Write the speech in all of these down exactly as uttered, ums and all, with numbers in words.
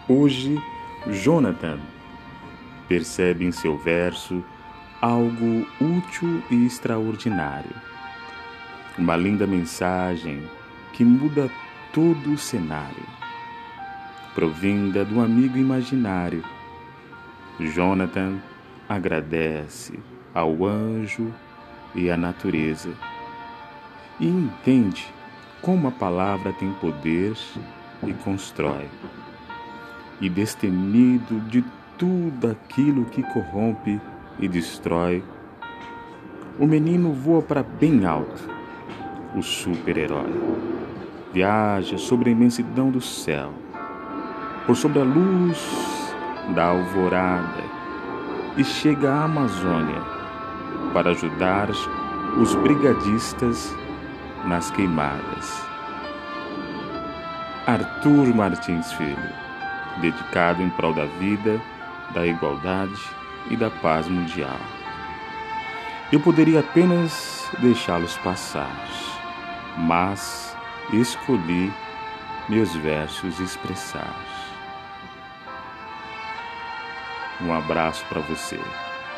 Hoje, Jonathan percebe em seu verso algo útil e extraordinário. Uma linda mensagem que muda todo o cenário, provinda do amigo imaginário. Jonathan agradece ao anjo e à natureza e entende como a palavra tem poder e constrói. E destemido de tudo aquilo que corrompe e destrói, o menino voa para bem alto, o super-herói. Viaja sobre a imensidão do céu, por sobre a luz da alvorada, e chega à Amazônia para ajudar os brigadistas nas queimadas. Arthur Martins Filho, dedicado em prol da vida, da igualdade e da paz mundial. Eu poderia apenas deixá-los passar, mas escolhi meus versos expressar. Um abraço para você.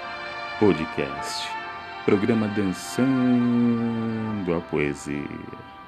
Podcast, programa Dançando a Poesia.